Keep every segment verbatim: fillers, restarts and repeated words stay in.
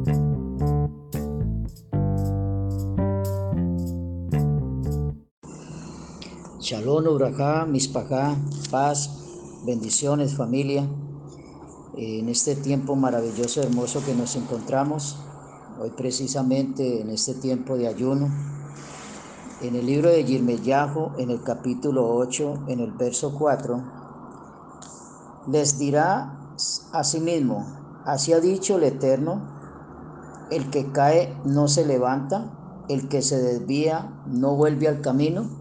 Shalom, Ubrajá, Mispajá, paz, bendiciones, familia. En este tiempo maravilloso, hermoso que nos encontramos, hoy precisamente en este tiempo de ayuno, en el libro de Yirmeyahu, en el capítulo ocho, en el verso cuatro, les dirá a sí mismo, así ha dicho el Eterno, el que cae no se levanta, el que se desvía no vuelve al camino,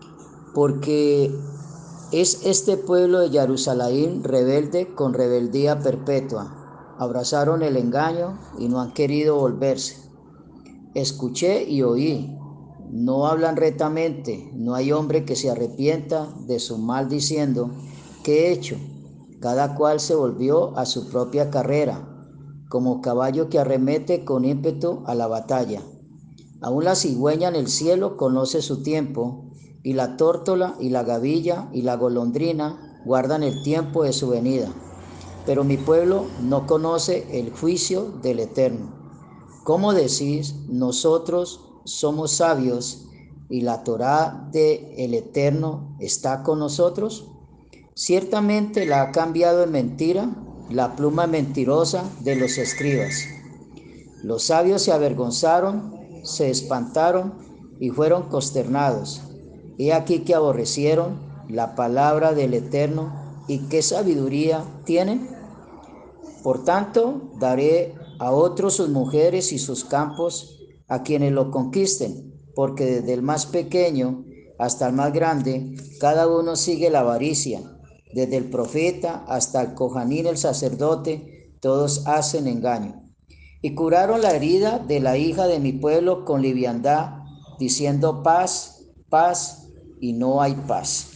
porque es este pueblo de Jerusalén rebelde con rebeldía perpetua. Abrazaron el engaño y no han querido volverse. Escuché y oí. No hablan rectamente. No hay hombre que se arrepienta de su mal diciendo, ¿qué he hecho? Cada cual se volvió a su propia carrera, como caballo que arremete con ímpetu a la batalla. Aún la cigüeña en el cielo conoce su tiempo, y la tórtola y la gavilla y la golondrina guardan el tiempo de su venida. Pero mi pueblo no conoce el juicio del Eterno. ¿Cómo decís, nosotros somos sabios y la Torá del Eterno está con nosotros? Ciertamente la ha cambiado en mentira la pluma mentirosa de los escribas. Los sabios se avergonzaron, se espantaron y fueron consternados. He aquí que aborrecieron la palabra del Eterno, y qué sabiduría tienen. Por tanto, daré a otros sus mujeres y sus campos a quienes lo conquisten, porque desde el más pequeño hasta el más grande, cada uno sigue la avaricia. Desde el profeta hasta el cojanín, el sacerdote, todos hacen engaño. Y curaron la herida de la hija de mi pueblo con liviandad, diciendo paz, paz, y no hay paz.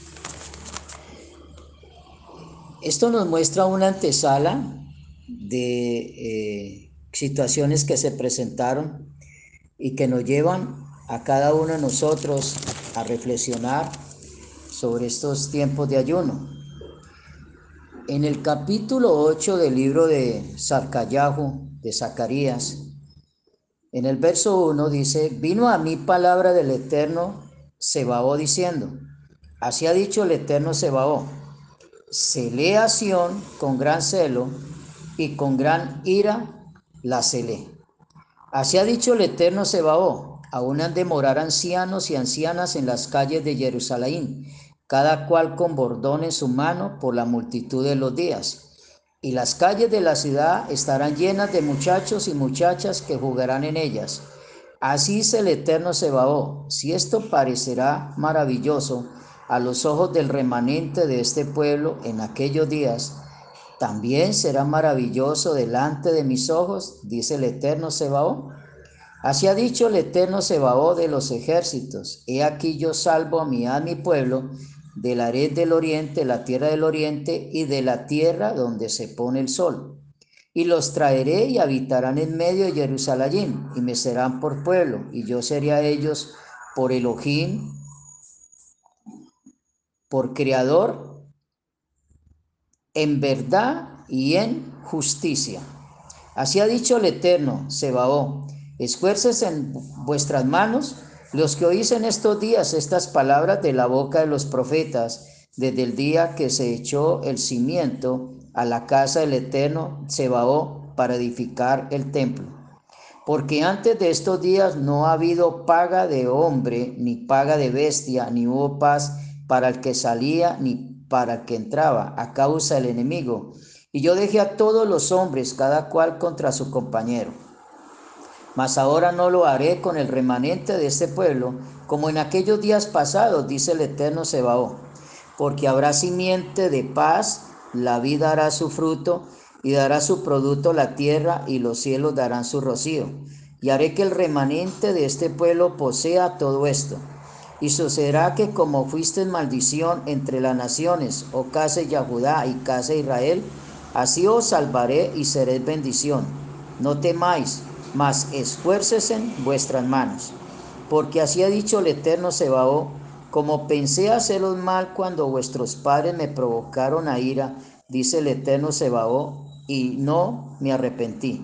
Esto nos muestra una antesala de eh, situaciones que se presentaron y que nos llevan a cada uno de nosotros a reflexionar sobre estos tiempos de ayuno. En el capítulo ocho del libro de Sarcayahu, de Zacarías, en el verso uno dice, vino a mí palabra del Eterno Sebaó diciendo, así ha dicho el Eterno Sebaó, celé a Sión con gran celo y con gran ira la celé. Así ha dicho el Eterno Sebaó, aún han de morar ancianos y ancianas en las calles de Jerusalén, cada cual con bordón en su mano por la multitud de los días. Y las calles de la ciudad estarán llenas de muchachos y muchachas que jugarán en ellas. Así dice el Eterno Sebaó, si esto parecerá maravilloso a los ojos del remanente de este pueblo en aquellos días, también será maravilloso delante de mis ojos, dice el Eterno Sebaó. Así ha dicho el Eterno Sebaó de los ejércitos, he aquí yo salvo a mi, a mi pueblo, de la red del oriente, la tierra del oriente, y de la tierra donde se pone el sol. Y los traeré y habitarán en medio de Jerusalén, y me serán por pueblo, y yo seré a ellos por Elohim, por Creador, en verdad y en justicia. Así ha dicho el Eterno, Sebaó, esfuércese en vuestras manos los que oís en estos días estas palabras de la boca de los profetas, desde el día que se echó el cimiento a la casa del Eterno, Sebaó, para edificar el templo. Porque antes de estos días no ha habido paga de hombre, ni paga de bestia, ni hubo paz para el que salía, ni para el que entraba, a causa del enemigo. Y yo dejé a todos los hombres, cada cual contra su compañero. Mas ahora no lo haré con el remanente de este pueblo, como en aquellos días pasados, dice el Eterno Sebaó. Porque habrá simiente de paz, la vida hará su fruto, y dará su producto la tierra, y los cielos darán su rocío. Y haré que el remanente de este pueblo posea todo esto. Y sucederá que como fuiste maldición entre las naciones, oh casa de Judá y casa de Israel, así os salvaré y seréis bendición. No temáis, mas esfuércese en vuestras manos. Porque así ha dicho el Eterno Sebaó, como pensé haceros mal cuando vuestros padres me provocaron a ira, dice el Eterno Sebaó, y no me arrepentí.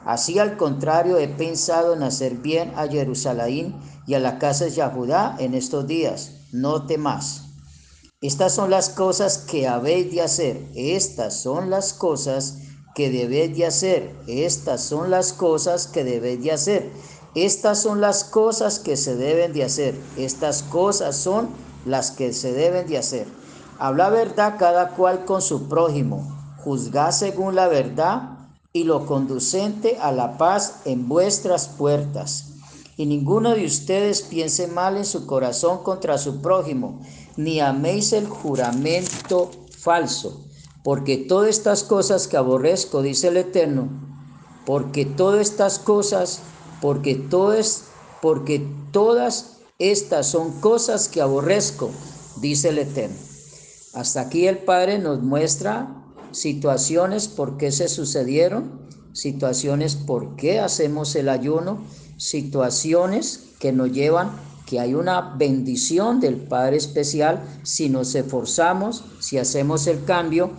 Así al contrario he pensado en hacer bien a Jerusalén y a la casa de Judá en estos días. No temas. Estas son las cosas que habéis de hacer. Estas son las cosas que debéis de hacer. Estas son las cosas que debéis de hacer. Estas son las cosas que se deben de hacer. Estas cosas son las que se deben de hacer. Habla verdad cada cual con su prójimo. Juzgad según la verdad y lo conducente a la paz en vuestras puertas. Y ninguno de ustedes piense mal en su corazón contra su prójimo, ni améis el juramento falso, porque todas estas cosas que aborrezco, dice el Eterno, porque todas estas cosas, porque todas, porque todas estas son cosas que aborrezco, dice el Eterno. Hasta aquí el Padre nos muestra situaciones por qué se sucedieron, situaciones por qué hacemos el ayuno, situaciones que nos llevan que hay una bendición del Padre especial si nos esforzamos, si hacemos el cambio,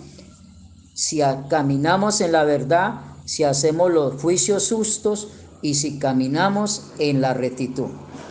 si caminamos en la verdad, si hacemos los juicios justos y si caminamos en la rectitud.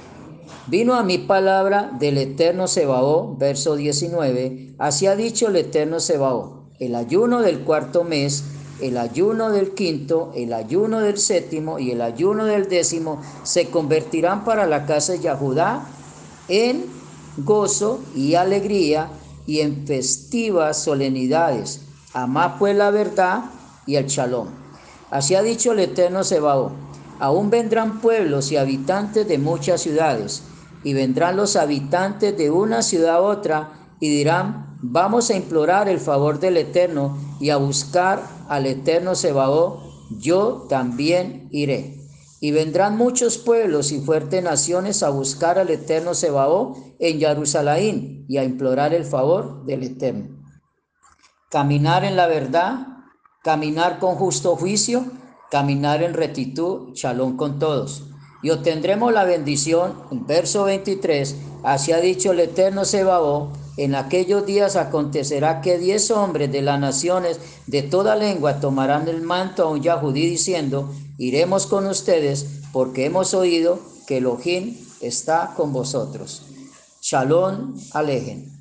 Vino a mí palabra del Eterno Sebaot, verso diecinueve, así ha dicho el Eterno Sebaot, el ayuno del cuarto mes, el ayuno del quinto, el ayuno del séptimo y el ayuno del décimo se convertirán para la casa de Judá en gozo y alegría y en festivas solemnidades. Amad pues la verdad y el shalom. Así ha dicho el Eterno Sebaot, aún vendrán pueblos y habitantes de muchas ciudades, y vendrán los habitantes de una ciudad a otra, y dirán, vamos a implorar el favor del Eterno, y a buscar al Eterno Sebaot, yo también iré. Y vendrán muchos pueblos y fuertes naciones a buscar al Eterno Sebaot en Jerusalén, y a implorar el favor del Eterno. Caminar en la verdad, caminar con justo juicio, caminar en rectitud, shalom con todos. Y obtendremos la bendición, el verso veintitrés, así ha dicho el Eterno Sebaot, en aquellos días acontecerá que diez hombres de las naciones de toda lengua tomarán el manto a un Yahudí diciendo, iremos con ustedes porque hemos oído que Elohim está con vosotros. Shalom Alejem.